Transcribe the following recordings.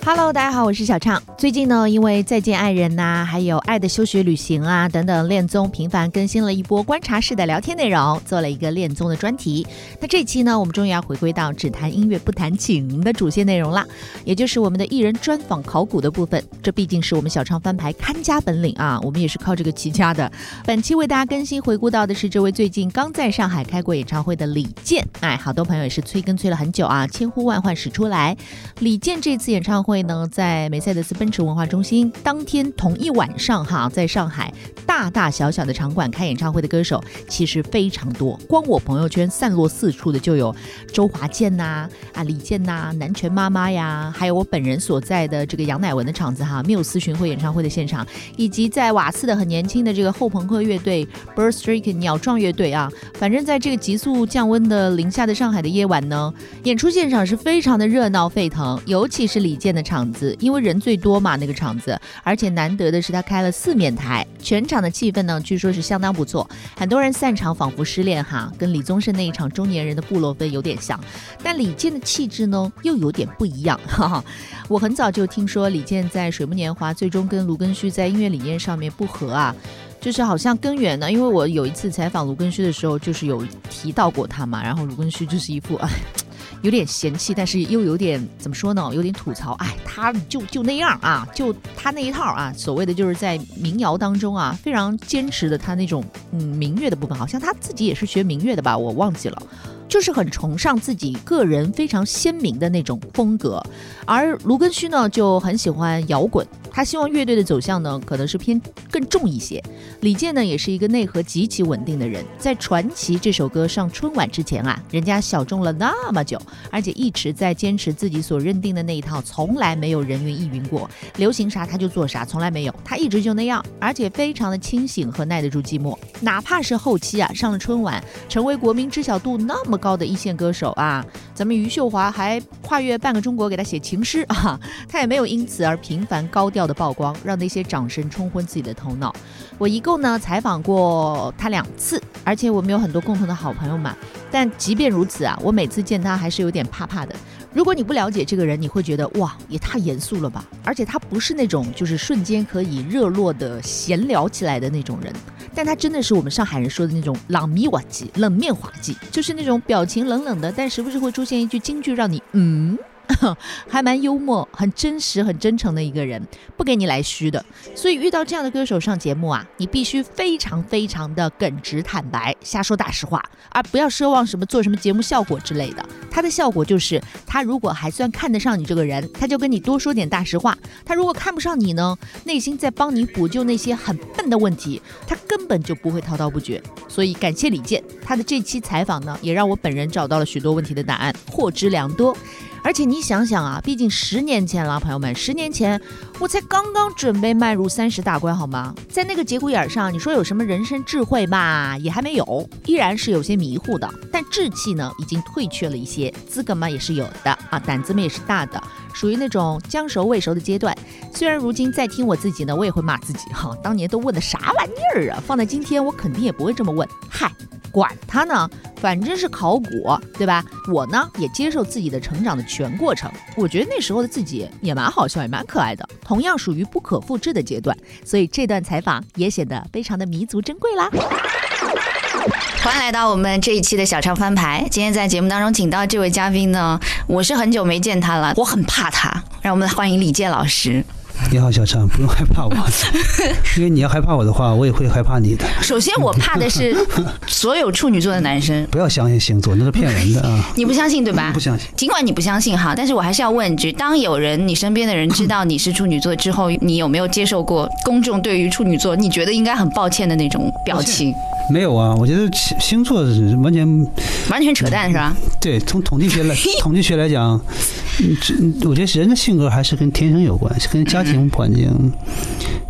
Hello， 大家好，我是小畅。最近呢，因为再见爱人呐，还有爱的休学旅行啊等等恋综频繁更新了一波观察式的聊天内容，做了一个恋综的专题。那这期呢，我们终于要回归到只谈音乐不谈情的主线内容啦，也就是我们的艺人专访考古的部分。这毕竟是我们小畅翻牌看家本领啊，我们也是靠这个起家的。本期为大家更新回顾到的是这位最近刚在上海开过演唱会的李健。好多朋友也是催了很久啊，千呼万唤始出来。李健这次演唱会呢，在梅赛德斯奔驰文化中心当天同一晚上在上海大大小小的场馆开演唱会的歌手其实非常多，光我朋友圈散落四处的就有周华健李健南拳妈妈呀，还有我本人所在的这个杨乃文的场子缪斯巡回演唱会的现场，以及在瓦茨的很年轻的这个后朋克乐队 Bird Streak 鸟壮乐队啊。反正在这个急速降温的零下的上海的夜晚呢，演出现场是非常的热闹沸腾，尤其是李健的场子，因为人最多嘛，那个场子，而且难得的是他开了4面台，全场的气氛呢据说是相当不错，很多人散场仿佛失恋跟李宗盛那一场中年人的部落飞有点像，但李健的气质呢又有点不一样我很早就听说李健在水木年华最终跟卢庚戌在音乐理念上面不合就是好像根源呢，因为我有一次采访卢庚戌的时候就是有提到过他嘛，然后卢庚戌就是一副有点嫌弃，但是又有点怎么说呢，有点吐槽，他就那样就他那一套所谓的就是在民谣当中非常坚持的他那种民乐的部分，好像他自己也是学民乐的吧，我忘记了，就是很崇尚自己个人非常鲜明的那种风格。而卢庚戌呢就很喜欢摇滚，他希望乐队的走向呢可能是偏更重一些。李健呢也是一个内核极其稳定的人，在《传奇》这首歌上春晚之前人家小众了那么久，而且一直在坚持自己所认定的那一套，从来没有人云亦云过，流行啥他就做啥，从来没有，他一直就那样，而且非常的清醒和耐得住寂寞。哪怕是后期上了春晚，成为国民知晓度那么高的一线歌手咱们余秀华还跨越半个中国给他写情诗他也没有因此而频繁高调的曝光，让那些掌声冲昏自己的头脑。我一共呢采访过他2次，而且我们有很多共同的好朋友嘛，但即便如此我每次见他还是有点怕怕的。如果你不了解这个人，你会觉得哇，也太严肃了吧，而且他不是那种就是瞬间可以热络的闲聊起来的那种人，但他真的是我们上海人说的那种冷米瓦鸡，冷面滑稽，就是那种表情冷冷的，但时不时会出现一句金句让你还蛮幽默，很真实很真诚的一个人，不给你来虚的。所以遇到这样的歌手上节目你必须非常非常的耿直坦白，瞎说大实话，而不要奢望什么做什么节目效果之类的。他的效果就是他如果还算看得上你这个人，他就跟你多说点大实话，他如果看不上你呢，内心在帮你补救那些很笨的问题，他根本就不会滔滔不绝。所以感谢李健，他的这期采访呢也让我本人找到了许多问题的答案，获知良多。而且你想想毕竟10年前了，朋友们，10年前我才刚刚准备迈入30大关好吗？在那个节骨眼上，你说有什么人生智慧吧，也还没有，依然是有些迷糊的，但志气呢已经退却了一些，资格嘛也是有的胆子嘛也是大的，属于那种将熟未熟的阶段。虽然如今再听我自己呢，我也会骂自己当年都问的啥玩意儿放在今天我肯定也不会这么问，管他呢，反正是考古，对吧？我呢也接受自己的成长的全过程，我觉得那时候的自己也蛮好笑，也蛮可爱的，同样属于不可复制的阶段，所以这段采访也显得非常的弥足珍贵啦。 欢迎来到我们这一期的小畅翻牌。今天在节目当中请到这位嘉宾呢，我是很久没见他了，我很怕他，让我们欢迎李健老师。 你好，小畅，不用害怕我，因为你要害怕我的话，我也会害怕你的。 首先，我怕的是所有处女座的男生。 不要相信星座，那是骗人的你不相信对吧？ 不相信。 尽管你不相信但是我还是要问一句：当有人你身边的人知道你是处女座之后，你有没有接受过公众对于处女座你觉得应该很抱歉的那种表情？ 没有我觉得星座是完全扯淡是吧？ 对，从统计学来讲，我觉得人的性格还是跟天生有关，是跟家庭环境。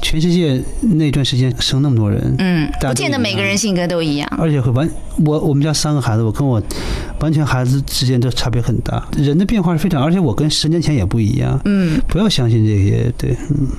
全世界那段时间生那么多人， 不见得每个人性格都一样， 而且会我们家3个孩子，我跟我完全孩子之间都差别很大，人的变化是非常，而且我跟10年前也不一样，不要相信这些，对，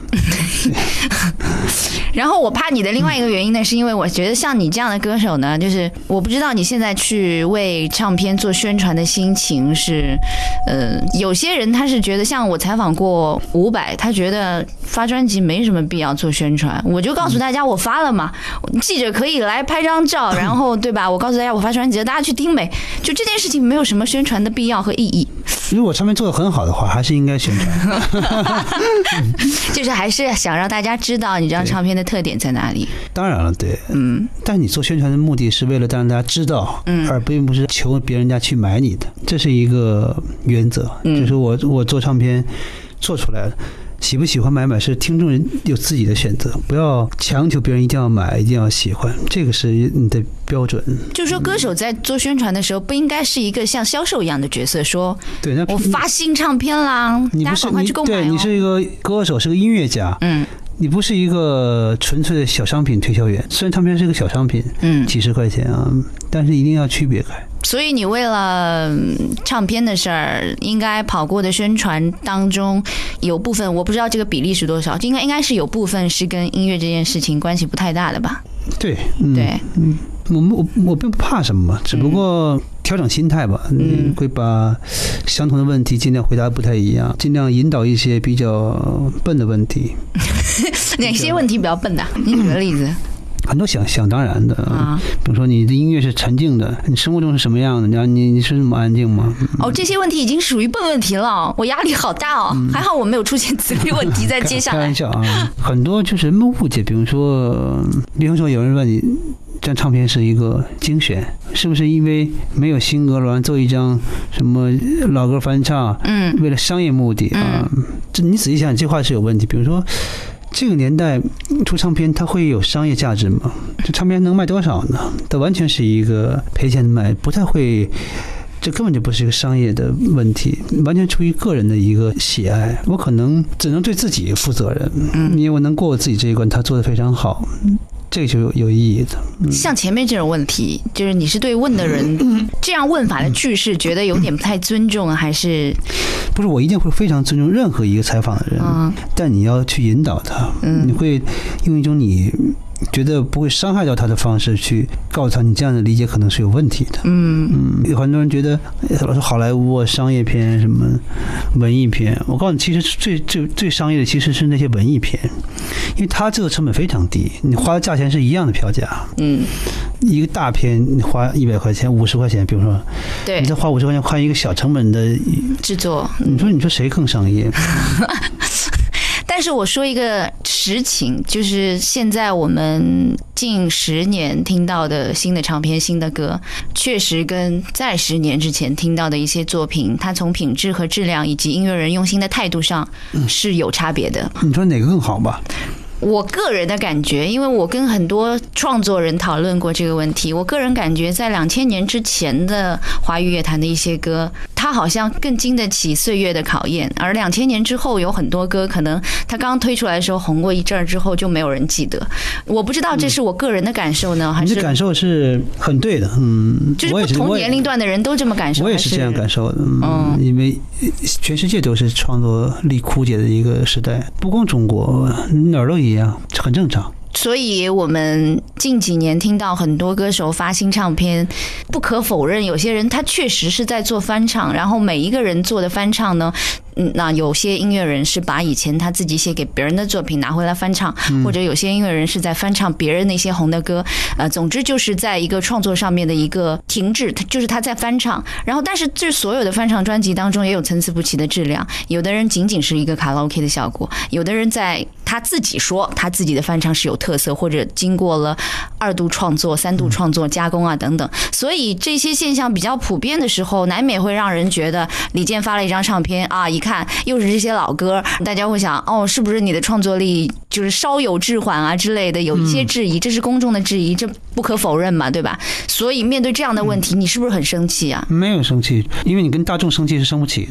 然后我怕你的另外一个原因呢，是因为我觉得像你这样的歌手呢，就是我不知道你现在去为唱片做宣传的心情是，有些人他是觉得，像我采访过伍佰，他觉得发专辑没什么必要做宣传，我就告诉大家我发了嘛，记者可以来拍张照，然后对吧？我告诉大家我发专辑了，大家去听呗，就这件事情没有什么宣传的必要和意义。 如果唱片做得很好的话，还是应该宣传， 就是还是想让大家知道你这张唱片的特点在哪里。 当然了，对，但你做宣传的目的是为了让大家知道，而并不是求别人家去买你的，这是一个原则。就是我做唱片做出来了。喜不喜欢买是听众有自己的选择，不要强求别人一定要买，一定要喜欢，这个是你的标准。 就是说，歌手在做宣传的时候，不应该是一个像销售一样的角色，说对，我发新唱片啦，大家赶快去购买哦。 对，你是一个歌手，是个音乐家，你不是一个纯粹的小商品推销员。虽然唱片是个小商品，几十块钱啊，但是一定要区别开。 所以你为了唱片的事儿，应该跑过的宣传当中，有部分我不知道这个比例是多少，应该是有部分是跟音乐这件事情关系不太大的吧？ 对， 对， 我并不怕什么，只不过调整心态吧，会把相同的问题尽量回答不太一样，尽量引导一些比较笨的问题。 哪些问题比较笨的？你举个例子。 很多想当然的比如说你的音乐是沉静的，你生活中是什么样的？然后你是那么安静吗？ 这些问题已经属于笨问题了，我压力好大哦。还好我没有出现此类问题在接下来。 开玩笑啊，很多就是误解，比如说有人问你，这张唱片是一个精选，是不是因为没有新歌了，做一张什么老歌翻唱？为了商业目的啊？这你仔细想，这话是有问题。比如说。这个年代出唱片，它会有商业价值吗？这唱片能卖多少呢？它完全是一个赔钱卖，不太会，这根本就不是一个商业的问题，完全出于个人的一个喜爱。我可能只能对自己负责任，因为我能过我自己这一关，他做得非常好。这个就有意义的。 像前面这种问题，就是你是对问的人这样问法的句式觉得有点不太尊重，还是不是？我一定会非常尊重任何一个采访的人，但你要去引导他，你会用一种你觉得不会伤害到他的方式去告诉他，你这样的理解可能是有问题的。有很多人觉得老是好莱坞商业片什么文艺片，我告诉你，其实最商业的其实是那些文艺片，因为它这个成本非常低，你花的价钱是一样的票价。一个大片你花100块钱、50块钱，比如说，对，你再花50块钱看一个小成本的制作， 你说谁更商业？ 但是我说一个实情，就是现在我们近10年听到的新的唱片、新的歌，确实跟在10年之前听到的一些作品，它从品质和质量以及音乐人用心的态度上是有差别的。 你说哪个更好吧？ 我个人的感觉，因为我跟很多创作人讨论过这个问题，我个人感觉在2000年之前的华语乐坛的一些歌，它好像更经得起岁月的考验，而2000年之后有很多歌可能它刚推出来的时候红过一阵儿之后就没有人记得。我不知道这是我个人的感受呢，还是你的感受是很对的。 就是不同年龄段的人都这么感受。 我也是这样感受的。因为全世界都是创作力枯竭的一个时代，不光中国，哪儿都一样，很正常。 所以我们近几年听到很多歌手发新唱片，不可否认有些人他确实是在做翻唱，然后每一个人做的翻唱呢，那有些音乐人是把以前他自己写给别人的作品拿回来翻唱，或者有些音乐人是在翻唱别人那些红的歌，总之就是在一个创作上面的一个停滞，就是他在翻唱。然后但是这所有的翻唱专辑当中也有参差不齐的质量，有的人仅仅是一个卡拉 OK 的效果，有的人在他自己说他自己的翻唱是有特色，或者经过了2度创作、3度创作、加工啊等等。所以这些现象比较普遍的时候，难免会让人觉得李健发了一张唱片啊，一看又是这些老歌，大家会想是不是你的创作力就是稍有滞缓啊之类的，有一些质疑，这是公众的质疑，这不可否认嘛，对吧？所以面对这样的问题，你是不是很生气啊？ 没有生气，因为你跟大众生气是生不起的。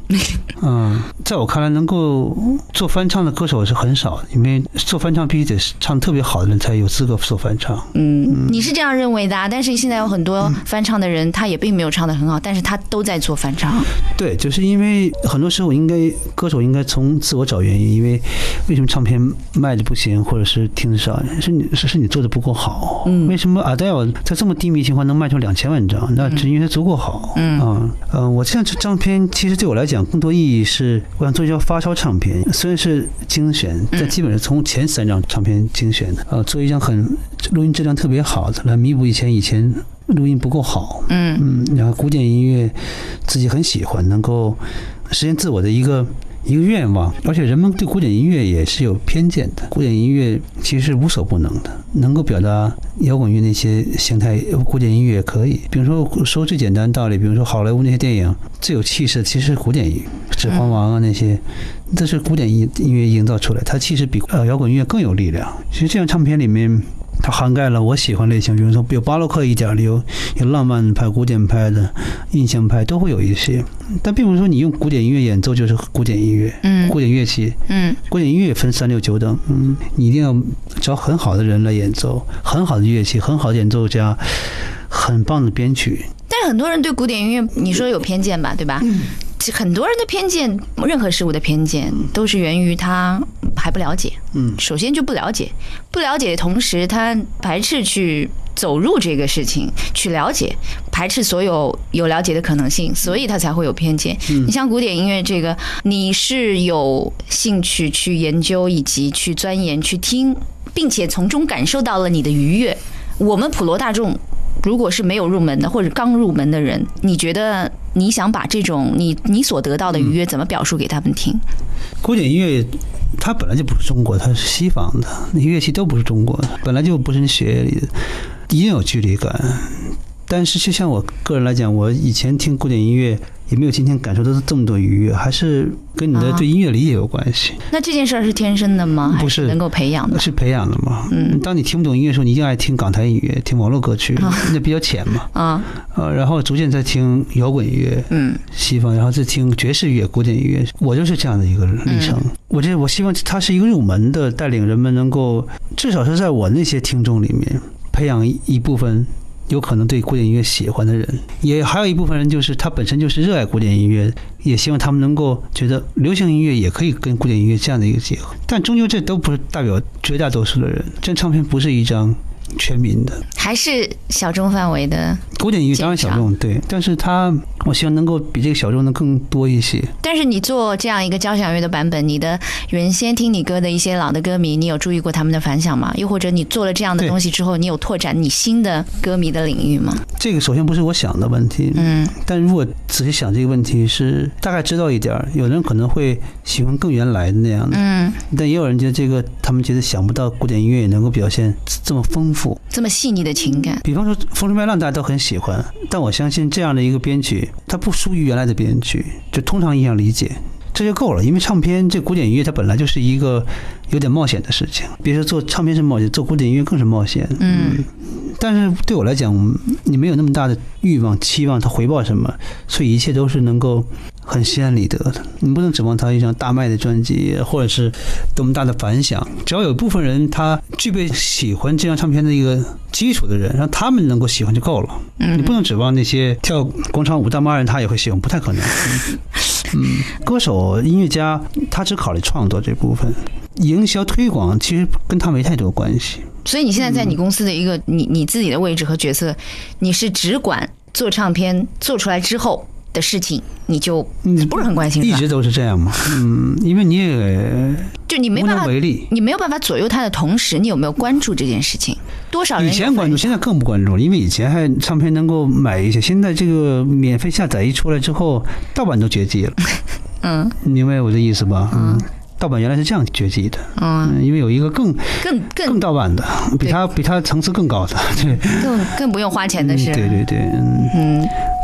在我看来，能够做翻唱的歌手是很少的，因为做翻唱必须得唱得特别好的人才有资格做翻唱。 你是这样认为的啊？但是现在有很多翻唱的人，他也并没有唱得很好，但是他都在做翻唱。 对，就是因为很多时候歌手应该从自我找原因，因为什么唱片卖的不行，或者是听得少，是你做的不够好。为什么Adele在这么低迷情况能卖出2000万张？那只因为它足够好。我这样这张片其实对我来讲更多意义是，我想做一张发烧唱片，虽然是精选，但基本是从前3张唱片精选的。做一张录音质量特别好的，来弥补以前录音不够好。然后古典音乐自己很喜欢，能够实现自我的一个愿望，而且人们对古典音乐也是有偏见的。古典音乐其实是无所不能的，能够表达摇滚乐那些形态，古典音乐也可以。比如说最简单的道理，比如说好莱坞那些电影最有气势，其实是古典音乐，指环王啊那些，这是古典音乐营造出来，它其实比摇滚乐更有力量。其实这样唱片里面，它涵盖了我喜欢类型，比如说有巴洛克一点的，有浪漫派、古典派的、印象派都会有一些，但并不是说你用古典音乐演奏就是古典音乐。古典乐器，古典音乐分3、6、9等，你一定要找很好的人来演奏，很好的乐器，很好的演奏家，很棒的编曲。 但是很多人对古典音乐，你说有偏见吧，对吧？很多人的偏见，任何事物的偏见，都是源于他还不了解。首先就不了解，不了解的同时，他排斥去走入这个事情，去了解，排斥所有了解的可能性，所以他才会有偏见。你像古典音乐这个，你是有兴趣去研究，以及去钻研、去听，并且从中感受到了你的愉悦。我们普罗大众，如果是没有入门的或者刚入门的人，你觉得你想把这种你所得到的愉悦怎么表述给他们听？ 古典音乐它本来就不是中国，它是西方的，那些乐器都不是中国的，本来就不是你血液里的，一定有距离感。但是就像我个人来讲，我以前听古典音乐也没有今天感受到这么多愉悦，还是跟你的对音乐理解有关系。 那这件事是天生的吗？ 不是， 还是能够培养的？ 是培养的嘛。当你听不懂音乐的时候，你一定爱听港台音乐，听网络歌曲，那比较浅嘛。然后逐渐再听摇滚乐，西方，然后再听爵士乐、古典音乐。我就是这样的一个历程。我希望它是一个入门的，带领人们能够至少是在我那些听众里面培养一部分有可能对古典音乐喜欢的人，也还有一部分人就是他本身就是热爱古典音乐，也希望他们能够觉得流行音乐也可以跟古典音乐这样的一个结合。但终究这都不是代表绝大多数的人，这唱片不是一张全民的， 还是小众范围的。 古典音乐当然小众，对，但是我希望能够比这个小众的更多一些。 但是你做这样一个交响乐的版本，你的原先听你歌的一些老的歌迷，你有注意过他们的反响吗？又或者你做了这样的东西之后，你有拓展你新的歌迷的领域吗？这个首先不是我想的问题，但如果仔细想这个问题，是大概知道一点，有人可能会喜欢更原来的那样的，但也有人觉得他们觉得想不到古典音乐也能够表现这么丰富、 这么细腻的情感。 比方说《风吹麦浪》，大家都很喜欢，但我相信这样的一个编曲，它不输于原来的编曲，就通常意义上理解这就够了。因为唱片这古典音乐它本来就是一个有点冒险的事情，别说做唱片是冒险，做古典音乐更是冒险。但是对我来讲，你没有那么大的欲望期望它回报什么，所以一切都是能够很心安理得的。你不能指望它一张大卖的专辑，或者是多么大的反响。只要有部分人他具备喜欢这张唱片的一个基础的人，让他们能够喜欢就够了。你不能指望那些跳广场舞大妈人他也会喜欢，不太可能。歌手、音乐家他只考虑创作这部分，营销推广其实跟他没太多关系。 所以你现在在你公司的一个你自己的位置和角色，你是只管做唱片做出来之后的事情，你就不是很关心， 一直都是这样嘛。因为你也就你没办法，你没有办法左右他的同时，你有没有关注这件事情？多少人以前关注，现在更不关注了，因为以前还唱片能够买一些，现在这个免费下载一出来之后，盗版都绝迹了。明白我的意思吧？盗版原来是这样绝迹的，因为有一个更盗版的，比它层次更高的，对， 更不用花钱的是， 对，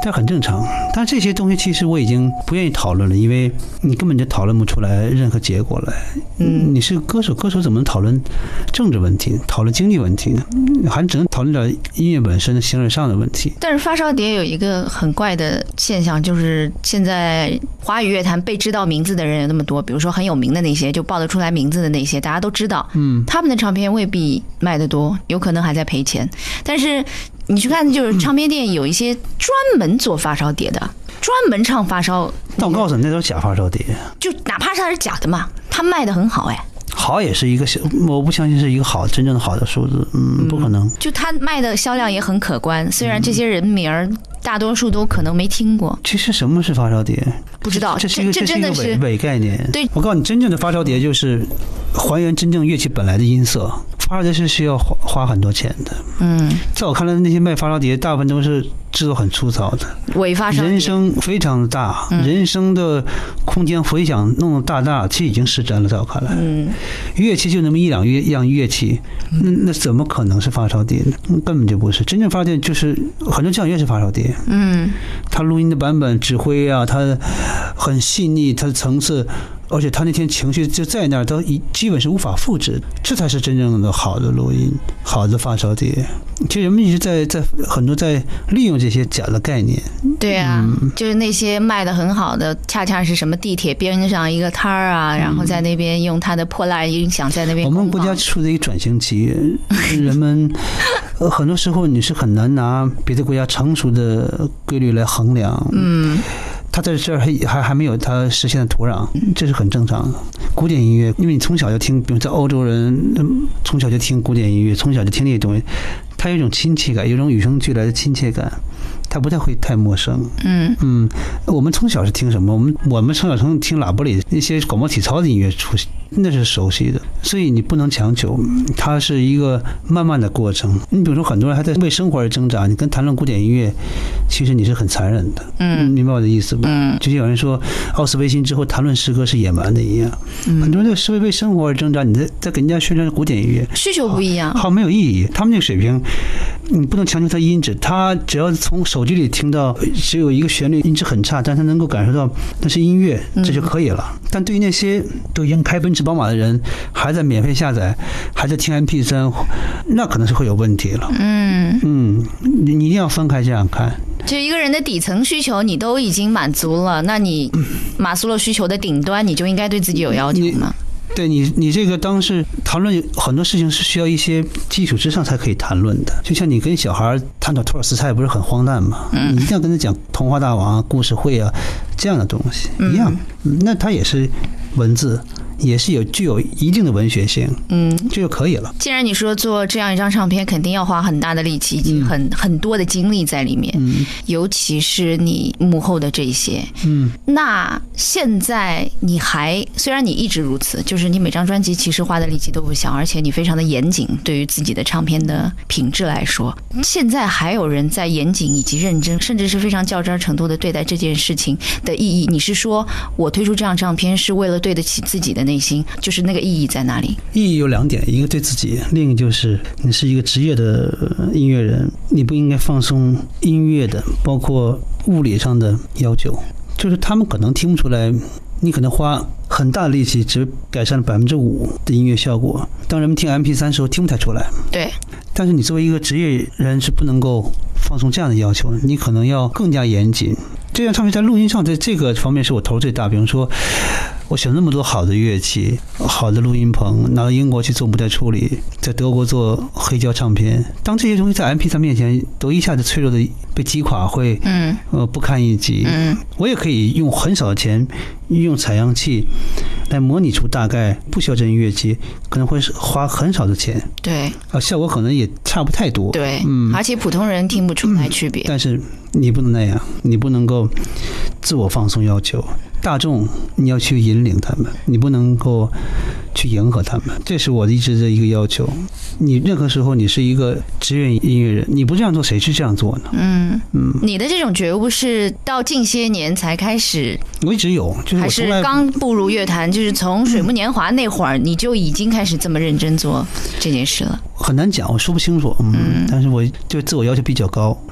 这很正常。但这些东西其实我已经不愿意讨论了，因为你根本就讨论不出来任何结果来。你是歌手，歌手怎么能讨论政治问题、讨论经济问题呢？还只能讨论点音乐本身的形而上的问题。 但是发烧碟有一个很怪的现象，就是现在华语乐坛被知道名字的人有那么多，比如说很有名的那些，就报得出来名字的那些，大家都知道，他们的唱片未必卖得多，有可能还在赔钱。但是你去看，就是唱片店有一些专门做发烧碟的，专门唱发烧。 但我告诉你，那都是假发烧碟， 就哪怕是它是假的嘛，它卖得很好哎。 好也是一个，我不相信是一个好真正的好的数字，不可能。 就它卖的销量也很可观，虽然这些人名儿大多数都可能没听过。 其实什么是发烧碟？ 不知道， 这是一个伪概念。 对， 我告诉你，真正的发烧碟就是还原真正乐器本来的音色。发烧碟是需要花很多钱的。在我看来，那些卖发烧碟大部分都是制作很粗糙的， 伪发烧碟， 人声非常大，人声的空间回响弄得大，其实已经失真了。在我看来，乐器就那么一两样乐器，那怎么可能是发烧碟呢？根本就不是。真正发烧碟就是很多交响乐是发烧碟。它录音的版本、指挥啊，它很细腻，它的层次。而且他那天情绪就在那儿，都基本是无法复制，这才是真正的好的录音，好的发烧碟。其实人们一直在很多在利用这些假的概念。 对啊，就是那些卖的很好的，恰恰是什么地铁边上一个摊儿啊，然后在那边用他的破烂音响在那边。 我们国家处在一个转型期，人们很多时候你是很难拿别的国家成熟的规律来衡量。他在这儿还没有他实现的土壤，这是很正常的。古典音乐，因为你从小就听，比如在欧洲人从小就听古典音乐，从小就听那些东西，它有一种亲切感，有一种与生俱来的亲切感，它不太会太陌生。我们从小是听什么？我们从小听喇叭里那些广播体操的音乐出现，那是熟悉的，所以你不能强求，它是一个慢慢的过程。你比如说，很多人还在为生活而挣扎，你跟谈论古典音乐，其实你是很残忍的。明白我的意思吧？就像有人说奥斯维辛之后谈论诗歌是野蛮的一样，很多人是为生活而挣扎，你在给人家宣传古典音乐， 需求不一样， 好没有意义。他们那个水平，你不能强求他音质，他只要从手机里听到只有一个旋律音质很差，但他能够感受到那是音乐，这就可以了。但对于那些都已经开奔驰宝马的人，还在免费下载，还在听 MP3， 那可能是会有问题了。你一定要分开这样看。 就一个人的底层需求你都已经满足了，那你马斯洛需求的顶端，你就应该对自己有要求吗？ 对你这个当时谈论很多事情是需要一些基础之上才可以谈论的，就像你跟小孩探讨托尔斯泰不是很荒诞吗？你一定要跟他讲童话大王啊、故事会啊这样的东西一样，那它也是文字，也是具有一定的文学性，这就可以了。 既然你说做这样一张唱片肯定要花很大的力气以及很多的精力在里面，尤其是你幕后的这些，那现在你虽然你一直如此，就是你每张专辑其实花的力气都不小，而且你非常的严谨，对于自己的唱片的品质来说，现在还有人在严谨以及认真，甚至是非常较真程度的对待这件事情的意义。你是说我推出这样唱片是为了对得起自己的内心，就是那个意义在哪里？ 意义有两点，一个对自己，另一个就是你是一个职业的音乐人，你不应该放松音乐的包括物理上的要求，就是他们可能听不出来，你可能花很大的力气只改善了5%的音乐效果，当人们听 MP3 时候听不太出来。 对， 但是你作为一个职业人是不能够放松这样的要求，你可能要更加严谨。这张唱片在录音上，在这个方面是我投入最大。比如说，我选那么多好的乐器、好的录音棚，拿到英国去做母带处理，在德国做黑胶唱片。当这些东西在 MP3 面前都一下子脆弱的被击垮，会不堪一击。我也可以用很少的钱，用采样器来模拟出大概，不需要这些乐器，可能会花很少的钱。 对， 效果可能也差不太多。 对，而且普通人听不出来区别。 但是你不能那样，你不能够自我放松要求。大众你要去引领他们，你不能够去迎合他们，这是我一直的一个要求。你任何时候你是一个职业音乐人，你不这样做谁去这样做呢？ 你的这种觉悟是到近些年才开始？ 我一直有，就是还是刚步入乐坛，就是从水木年华那会儿你就已经开始这么认真做这件事了？ 很难讲，我说不清楚。但是我就自我要求比较高，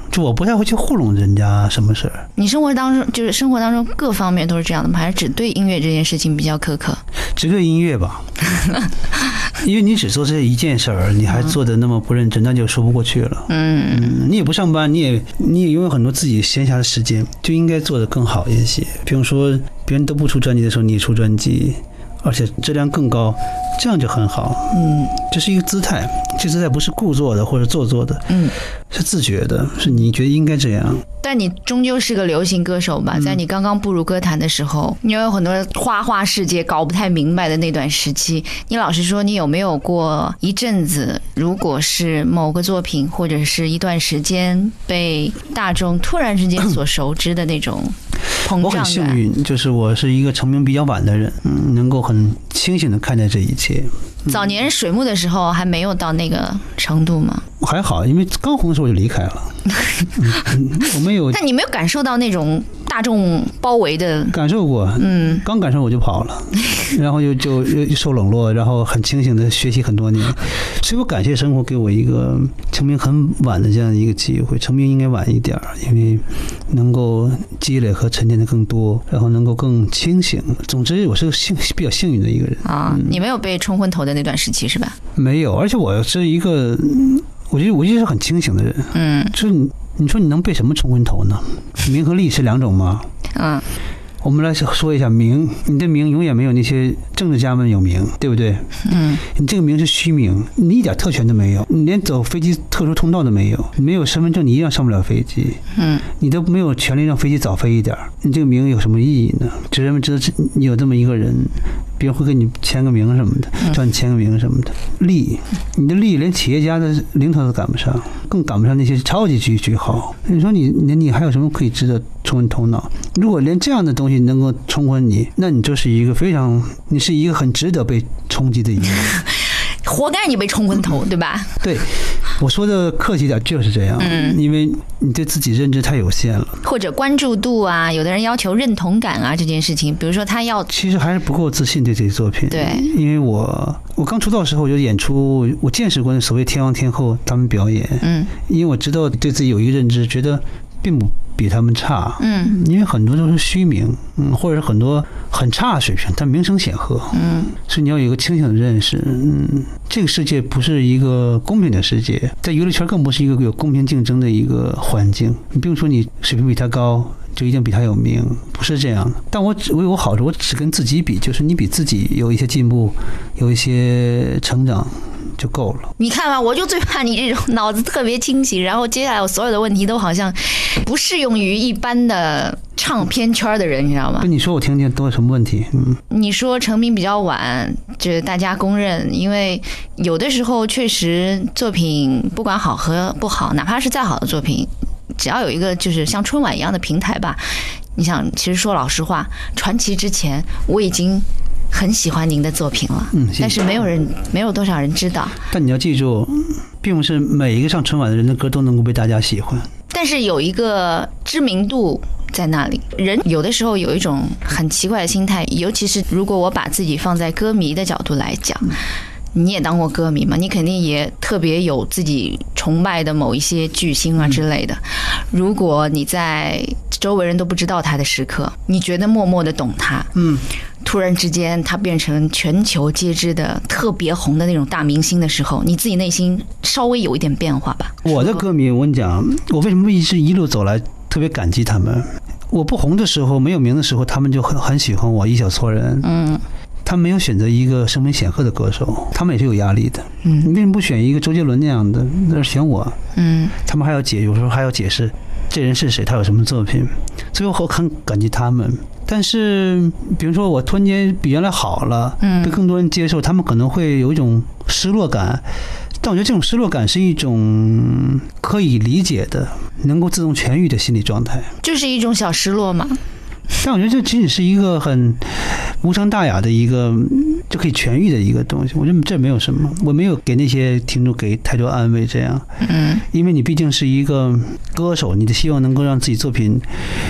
就我不太会去糊弄人家什么事儿。 你生活当中各方面都是这样的吗？还是只对音乐这件事情比较苛刻？ 只对音乐吧，因为你只做这一件事儿，你还做的那么不认真，那就说不过去了。你也不上班，你也拥有很多自己闲暇的时间，就应该做得更好一些。比如说，别人都不出专辑的时候，你出专辑，而且质量更高，这样就很好。这是一个姿态，这姿态不是故作的或者做作的，是自觉的，是你觉得应该这样。 但你终究是个流行歌手吧？在你刚刚步入歌坛的时候，你有很多花世界搞不太明白的那段时期。你老实说，你有没有过一阵子，如果是某个作品或者是一段时间被大众突然之间所熟知的那种膨胀感？ 我很幸运，就是我是一个成名比较晚的人，能够很清醒的看待这一切。 早年水木的时候还没有到那个程度吗？ 还好，因为刚红的时候我就离开了。我没有。 但你没有感受到那种大众包围的？ 感受过，刚感受我就跑了，然后又受冷落，然后很清醒的学习很多年，所以我感谢生活给我一个成名很晚的这样一个机会。成名应该晚一点，因为能够积累和沉淀的更多，然后能够更清醒。总之，我是个比较幸运的一个人啊。 你没有被冲昏头的那段时期是吧？ 没有，而且我是一个，我觉得我一直是很清醒的人。就是你说你能被什么冲昏头呢？名和利是两种吗？我们来说一下名，你的名永远没有那些政治家们有名，对不对？你这个名是虚名，你一点特权都没有，你连走飞机特殊通道都没有，你没有身份证，你一样上不了飞机。你都没有权利让飞机早飞一点，你这个名有什么意义呢？只人们知道你有这么一个人，别人会给你签个名什么的，叫你签个名什么的。利，你的利连企业家的零头都赶不上，更赶不上那些超级巨豪。你说你还有什么可以值得冲昏头脑？如果连这样的东西能够冲昏你，那你就是一个你是一个很值得被冲击的一个人。 活该你被冲昏头，对吧？ 对，我说的客气点就是这样。因为你对自己认知太有限了， 或者关注度啊，有的人要求认同感啊，这件事情，比如说他要， 其实还是不够自信对这些作品。 对， 因为我刚出道的时候我就演出，我见识过所谓天王天后他们表演。因为我知道对自己有一个认知，觉得并不比他们差。因为很多都是虚名，或者是很多很差的水平，但名声显赫。所以你要有一个清醒的认识。这个世界不是一个公平的世界，在娱乐圈更不是一个有公平竞争的一个环境。你并不说你水平比他高就一定比他有名，不是这样。但我有好处，我只跟自己比，就是你比自己有一些进步，有一些成长就够了。 你看吧，我就最怕你这种脑子特别清醒，然后接下来我所有的问题都好像不适用于一般的唱片圈的人，你知道吗？ 你说我听听都有什么问题？ 你说成名比较晚，这大家公认，因为有的时候确实作品不管好和不好，哪怕是再好的作品，只要有一个就是像春晚一样的平台吧。你想，其实说老实话，传奇之前我已经很喜欢您的作品了，但是没有多少人知道。 但你要记住，并不是每一个上春晚的人的歌都能够被大家喜欢， 但是有一个知名度在那里。人有的时候有一种很奇怪的心态，尤其是如果我把自己放在歌迷的角度来讲，你也当过歌迷嘛，你肯定也特别有自己崇拜的某一些巨星啊之类的。如果你在周围人都不知道他的时刻，你觉得默默的懂他，突然之间他变成全球皆知的特别红的那种大明星的时候，你自己内心稍微有一点变化吧。 我的歌迷，我跟你讲，我为什么一路走来特别感激他们。我不红的时候，没有名的时候，他们就很喜欢我一小撮人。他们没有选择一个声名显赫的歌手，他们也是有压力的。你为什么不选一个周杰伦那样的？那是选我。他们还要有时候还要解释这人是谁，他有什么作品，所以我很感激他们。但是比如说我突然间比原来好了，被更多人接受，他们可能会有一种失落感。但我觉得这种失落感是一种可以理解的，能够自动痊愈的心理状态， 就是一种小失落嘛。 但我觉得这仅仅是一个很无伤大雅的一个就可以痊愈的一个东西。我觉得这没有什么，我没有给那些听众给太多安慰，这样。因为你毕竟是一个歌手，你的希望能够让自己作品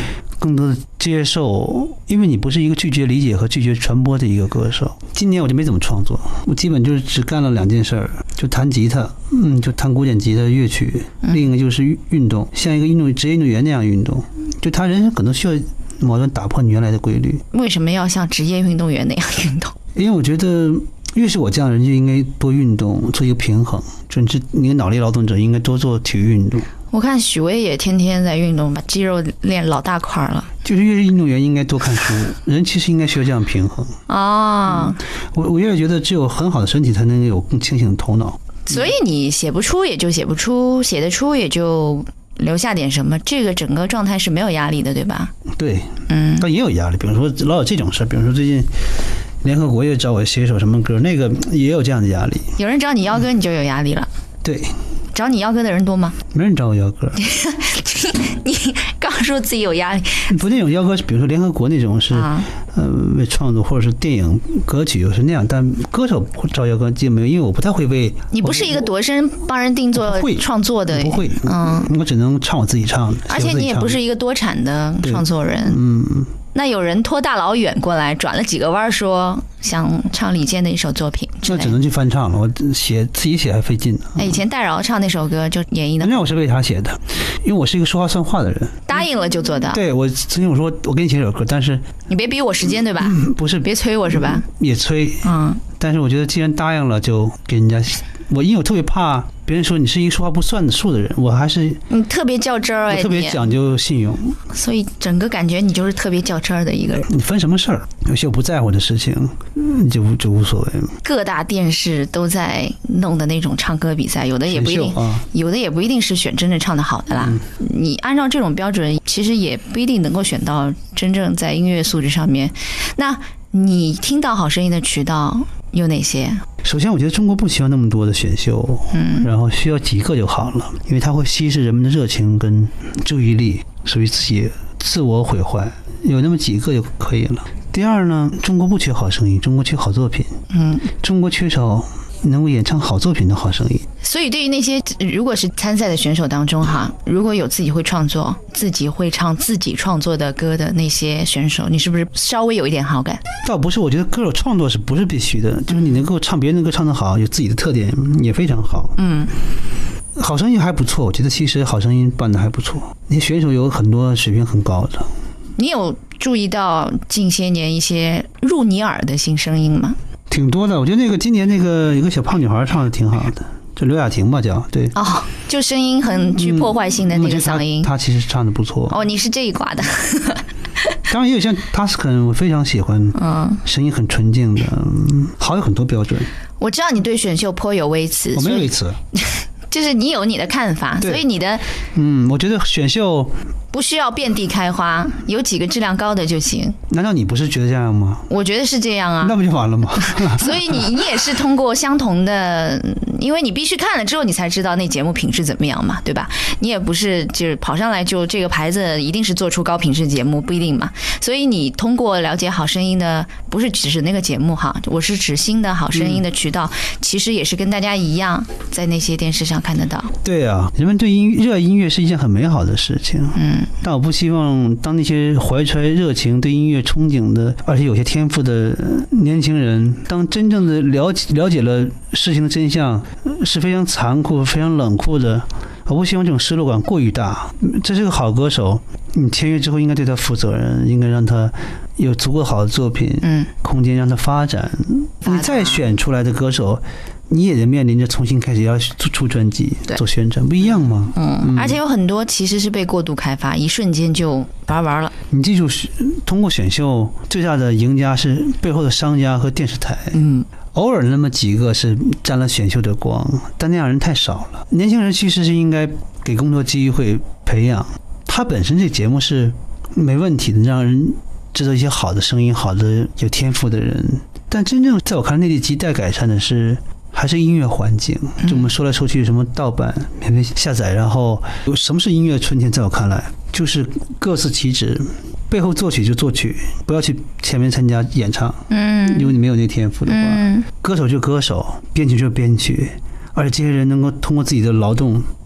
更多的接受，因为你不是一个拒绝理解和拒绝传播的一个歌手。今年我就没怎么创作，我基本就是只干了2件事儿，就弹吉他，就弹古典吉他乐曲，另一个就是运动，像一个职业运动员那样运动。就他人生可能需要某种打破你原来的规律。 为什么要像职业运动员那样运动？ 因为我觉得越是我这样的人就应该多运动，做一个平衡。就是你个脑力劳动者应该多做体育运动。 我看许巍也天天在运动，把肌肉练老大块了。 就是越是运动员应该多看书，人其实应该需要这样平衡啊。 我越来觉得只有很好的身体才能有更清醒的头脑。 所以你写不出也就写不出，写得出也就留下点什么，这个整个状态是没有压力的，对吧？ 对，但也有压力。比如说老有这种事，比如说最近联合国也找我写一首什么歌，那个也有这样的压力。 有人找你邀歌，你就有压力了。 对， 找你邀歌的人多吗？ 没人找我邀歌。 你刚说自己有压力， 不，那种邀歌，比如说联合国那种是，为创作或者是电影歌曲是那样，但歌手找邀歌基本没有，因为我不太会为。 你不是一个度身帮人定做创作的， 不会，我只能唱我自己唱的。 而且你也不是一个多产的创作人，那有人托大老远过来，转了几个弯，说想唱李健的一首作品， 那只能去翻唱了。我自己写还费劲呢。 以前戴娆唱那首歌就演绎的。 那我是为他写的，因为我是一个说话算话的人。 答应了就做到。 对，我曾经我说我给你写首歌，但是你别逼我时间，对吧？ 不是， 别催我是吧？ 也催。但是我觉得既然答应了，就给人家。因为我特别怕别人说你是一个说话不算数的人，我还是你特别较真儿， 我特别讲究信用， 所以整个感觉你就是特别较真儿的一个人。 你分什么事儿？有些我不在乎的事情，就无所谓。 各大电视都在弄的那种唱歌比赛，有的也不一定，有的也不一定是选真正唱得好的啦。你按照这种标准，其实也不一定能够选到真正在音乐素质上面。那你听到好声音的渠道有哪些？ 首先我觉得中国不需要那么多的选秀，然后需要几个就好了，因为它会稀释人们的热情跟注意力，属于自己自我毁坏，有那么几个就可以了。第二呢，中国不缺好声音，中国缺好作品，中国缺少能够演唱好作品的好声音。 所以对于那些如果是参赛的选手当中哈，如果有自己会创作、自己会唱、自己创作的歌的那些选手，你是不是稍微有一点好感？ 倒不是，我觉得歌手创作是不是必须的，就是你能够唱别人的歌唱得好，有自己的特点也非常好。好声音还不错，我觉得其实好声音办得还不错，那些选手有很多水平很高的。 你有注意到近些年一些入你耳的新声音吗？ 挺多的，我觉得今年有个小胖女孩唱的挺好的，就刘雅婷吧，叫对就声音很具破坏性的那个嗓音， 她其实唱的不错。 你是这一挂的。 当然也有像他是我非常喜欢，声音很纯净的，好有很多标准。 我知道你对选秀颇有微词， 我没有微词， 就是你有你的看法，所以你的我觉得选秀不需要遍地开花，有几个质量高的就行。 难道你不是觉得这样吗？ 我觉得是这样啊。 那不就完了吗？ 所以你也是通过相同的，因为你必须看了之后你才知道那节目品质怎么样嘛，对吧？你也不是就是跑上来就这个牌子一定是做出高品质节目，不一定嘛。所以你通过了解好声音的，不是只是那个节目哈，我是指新的好声音的渠道，其实也是跟大家一样在那些电视上看得到。 对啊，人们对热爱音乐是一件很美好的事情。但我不希望当那些怀揣热情、对音乐憧憬的，而且有些天赋的年轻人，当真正的了解了事情的真相，是非常残酷、非常冷酷的。我不希望这种失落感过于大。这是个好歌手，你签约之后应该对他负责任，应该让他有足够好的作品，空间让他发展。你再选出来的歌手，你也得面临着重新开始要出专辑、做宣传，不一样吗？ 而且有很多其实是被过度开发，一瞬间就玩了。 你记住，通过选秀最大的赢家是背后的商家和电视台。偶尔那么几个是沾了选秀的光，但那样人太少了。年轻人其实是应该给工作机会培养，他本身这节目是没问题的，让人知道一些好的声音、好的有天赋的人。但真正在我看来，内地亟待改善的是还是音乐环境。就我们说来说去，什么盗版、免费下载，然后什么是音乐春天？在我看来，就是各司其职。背后作曲就作曲，不要去前面参加演唱，因为你没有那天赋的话，歌手就歌手，编曲就编曲，而且这些人能够通过自己的劳动，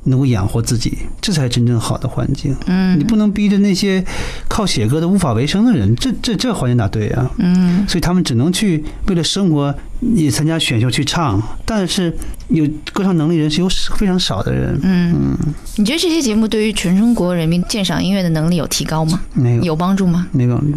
能够养活自己，这才是真正好的环境。你不能逼着那些靠写歌的无法为生的人，这环境哪对啊？所以他们只能去为了生活也参加选秀去唱，但是有歌唱能力人是有非常少的人。 你觉得这些节目对于全中国人民鉴赏音乐的能力有提高吗？ 没有， 有帮助吗？ 没帮助。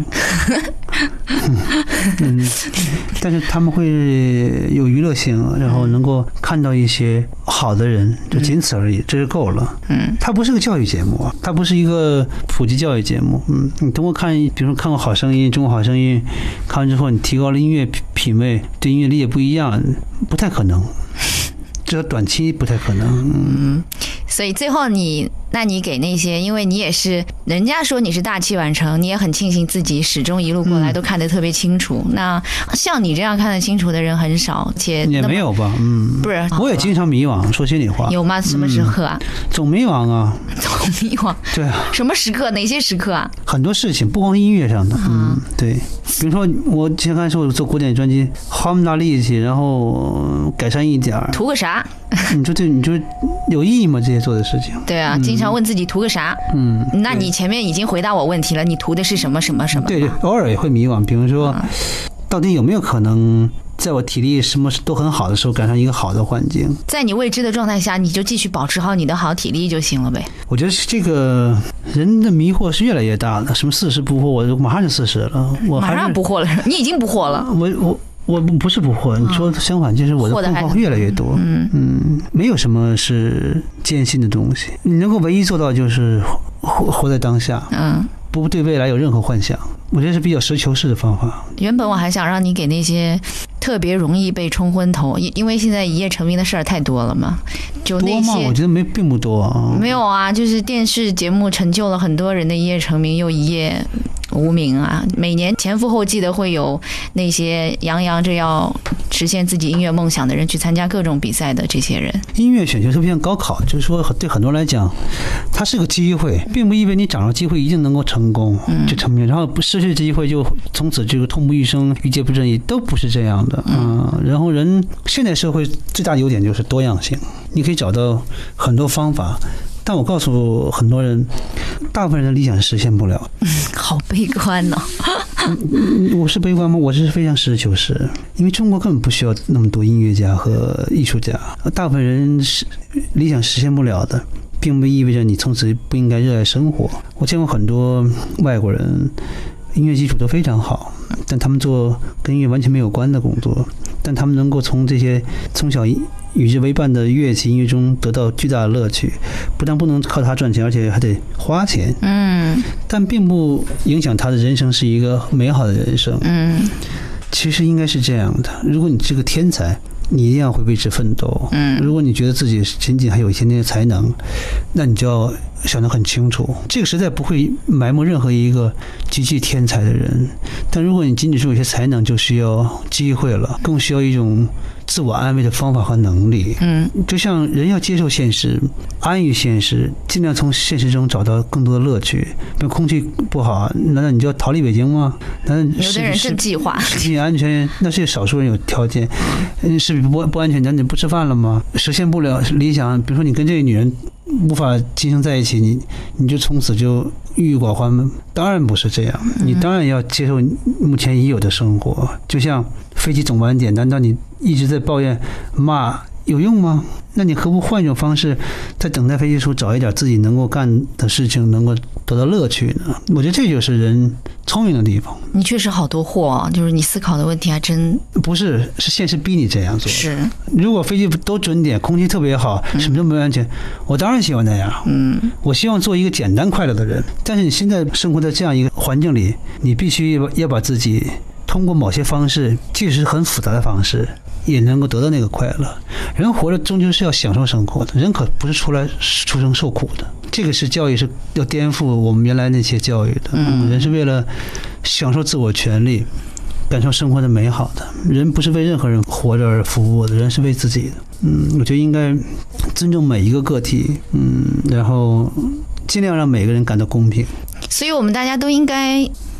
但是他们会有娱乐性，然后能够看到一些好的人，就仅此而已，这就够了。它不是个教育节目啊，它不是一个普及教育节目。你通过看，比如说看过《好声音》《中国好声音》，看完之后你提高了音乐品味，对音乐理解不一样，不太可能。至少短期不太可能。 所以最后那你给那些，因为你也是人家说你是大器晚成，你也很庆幸自己始终一路过来都看得特别清楚。那像你这样看得清楚的人很少，且也没有吧？不是，我也经常迷惘，说心里话。 有吗？什么时刻啊？ 总迷惘啊， 总迷惘。 对啊。 什么时刻？哪些时刻啊？ 很多事情，不光是音乐上的。对。比如说，我前开始我做古典专辑，花那么大力气，然后改善一点， 图个啥？ 你说对，你说有意义吗？这些做的事情？ 对啊，经常问自己图个啥？那你前面已经回答我问题了，你图的是什么什么什么？ 对，偶尔也会迷惘。比如说，到底有没有可能，在我体力什么都很好的时候，赶上一个好的环境？在你未知的状态下，你就继续保持好你的好体力就行了呗。 我觉得这个人的迷惑是越来越大了。什么40不惑，我马上就40了，我马上不惑了，你已经不惑了。 我不是不惑，你说相反，就是我的困惑越来越多。没有什么是艰辛的东西，你能够唯一做到就是活在当下，不对未来有任何幻想。我觉得是比较实求是的方法。 原本我还想让你给那些特别容易被冲昏头，因为现在一夜成名的事儿太多了嘛，就那些多吗？我觉得并不多啊。 没有啊，就是电视节目成就了很多人的一夜成名又一夜无名啊。每年前赴后继的会有那些洋洋着要实现自己音乐梦想的人去参加各种比赛的这些人。 音乐选秀特别像高考，就是说对很多人来讲，它是个机会，并不意味你掌握机会一定能够成功就成名，然后失去机会就从此这个痛不欲生、欲戒不振，都不是这样的。然后现代社会最大的优点就是多样性，你可以找到很多方法。但我告诉很多人，大部分人的理想是实现不了。 好悲观呢。 我是悲观吗？我是非常实事求是，因为中国根本不需要那么多音乐家和艺术家。大部分人是理想实现不了的，并不意味着你从此不应该热爱生活。我见过很多外国人，音乐基础都非常好，但他们做跟音乐完全没有关的工作，但他们能够从这些从小与之为伴的乐器音乐中得到巨大的乐趣，不但不能靠它赚钱，而且还得花钱。但并不影响他的人生是一个美好的人生。其实应该是这样的，如果你是个天才，你一定要会为之奋斗。如果你觉得自己仅仅还有一些那些才能，那你就要想得很清楚，这个时代不会埋没任何一个极其天才的人。但如果你仅仅是有些才能，就需要机会了，更需要一种自我安慰的方法和能力。就像人要接受现实，安于现实，尽量从现实中找到更多的乐趣。比如空气不好，难道你就要逃离北京吗？难道有的人正计划食品安全，那是少数人有条件。食品不安全，难道你不吃饭了吗？实现不了理想，比如说你跟这个女人无法今生在一起，你就从此就郁郁寡欢吗？当然不是这样，你当然要接受目前已有的生活。就像飞机总晚点，难道你一直在抱怨骂有用吗？那你何不换一种方式，在等待飞机的时候找一点自己能够干的事情，能够得到乐趣呢？我觉得这就是人聪明的地方。 你确实好多货，就是你思考的问题还真不是现实逼你这样做。 是， 如果飞机都准点，空气特别好，什么都没安全，我当然喜欢那样。我希望做一个简单快乐的人。但是你现在生活在这样一个环境里，你必须要把自己通过某些方式，即使是很复杂的方式，也能够得到那个快乐。人活着终究是要享受生活的，人可不是出生受苦的。这个是教育是要颠覆我们原来那些教育的。人是为了享受自我权利，感受生活的美好的。人不是为任何人活着而服务的，人是为自己的。我觉得应该尊重每一个个体，然后尽量让每个人感到公平。 所以我们大家都应该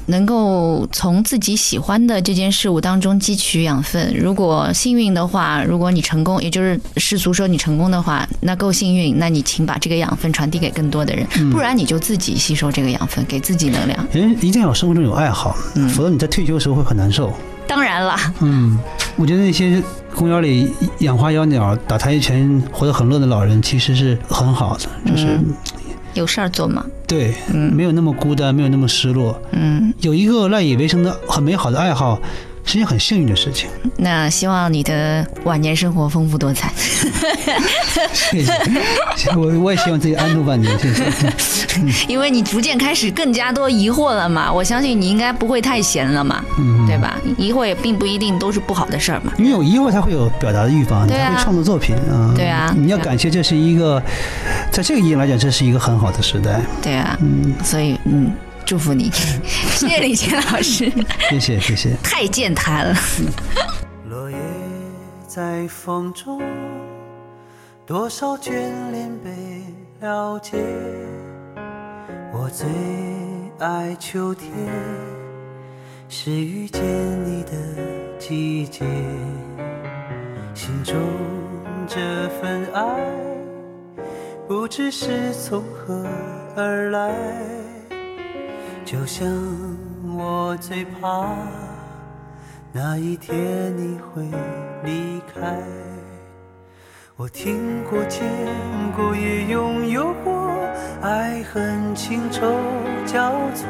能够从自己喜欢的这件事物当中汲取养分。如果幸运的话，如果你成功，也就是世俗说你成功的话，那够幸运，那你请把这个养分传递给更多的人，不然你就自己吸收这个养分，给自己能量。 人一定要生活中有爱好，否则你在退休的时候会很难受。 当然了， 我觉得那些公园里养花养鸟、打太极拳、活得很乐的老人，其实是很好的，就是有事儿做嘛。 对，没有那么孤单，没有那么失落。有一个赖以为生的很美好的爱好，是件很幸运的事情。 那希望你的晚年生活丰富多彩。 谢谢，我也希望自己安度晚年。谢谢。 因为你逐渐开始更加多疑惑了嘛，我相信你应该不会太闲了嘛，对吧？疑惑也并不一定都是不好的事儿嘛。 因为有疑惑才会有表达的欲望，才会创作作品啊。 对啊， 你要感谢这是一个，在这个意义来讲，这是一个很好的时代。 对啊，所以祝福你，谢谢李健老师。 谢谢谢谢。 太健谈了。 落叶在风中，多少眷恋被了解。我最爱秋天，是遇见你的季节。心中这份爱，不知是从何而来。就像我最怕那一天你会离开。我听过见过也拥有过，爱恨情仇交错，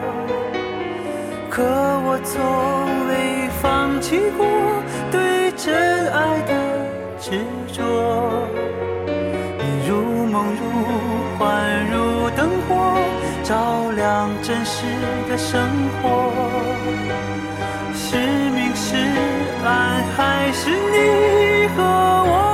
可我从未放弃过对真爱的执着。你如梦如幻如灯火，照亮真实的生活。是明是暗，还是你和我？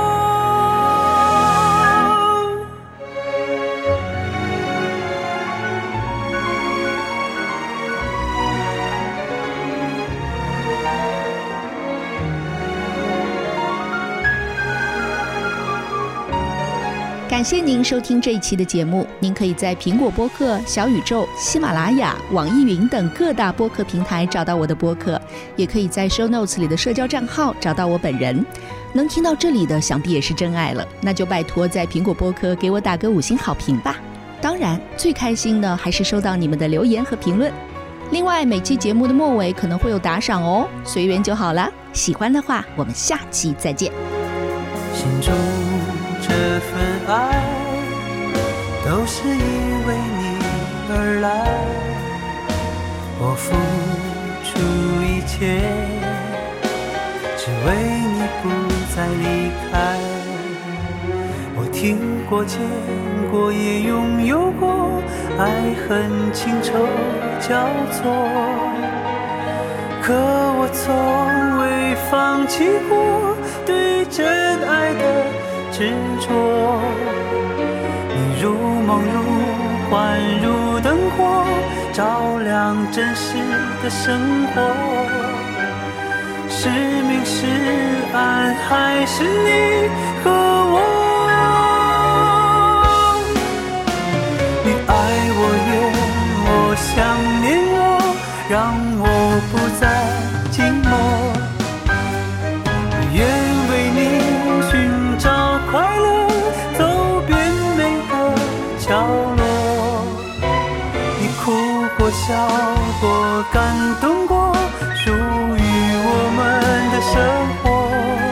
感谢您收听这一期的节目。您可以在苹果播客、小宇宙、喜马拉雅、网易云等各大播客平台找到我的播客，也可以在 show notes 里的社交账号找到我本人。能听到这里的想必也是真爱了，那就拜托在苹果播客给我打个5星好评吧。当然最开心的还是收到你们的留言和评论。另外每期节目的末尾可能会有打赏哦，随缘就好了。喜欢的话我们下期再见。 心中这份爱都是因为你而来，我付出一切只为你不再离开。我听过见过也拥有过，爱恨情仇交错，可我从未放弃过对真爱的执着。你如梦如幻如灯火，照亮真实的生活。是明是暗，还是你和我？你爱我怨我想念我，让我不再寂寞。愿为你寻找快乐，走遍每个角落。你哭过笑过感动过，属于我们的生活。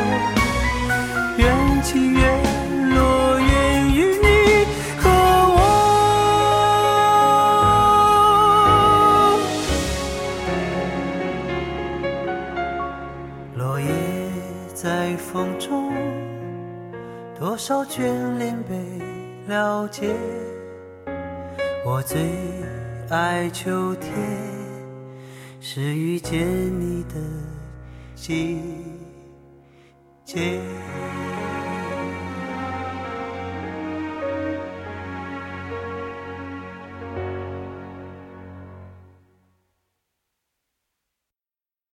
缘起缘落，缘于你和我。落叶在风中，多少眷恋被了解。我最爱秋天，是遇见你的季节。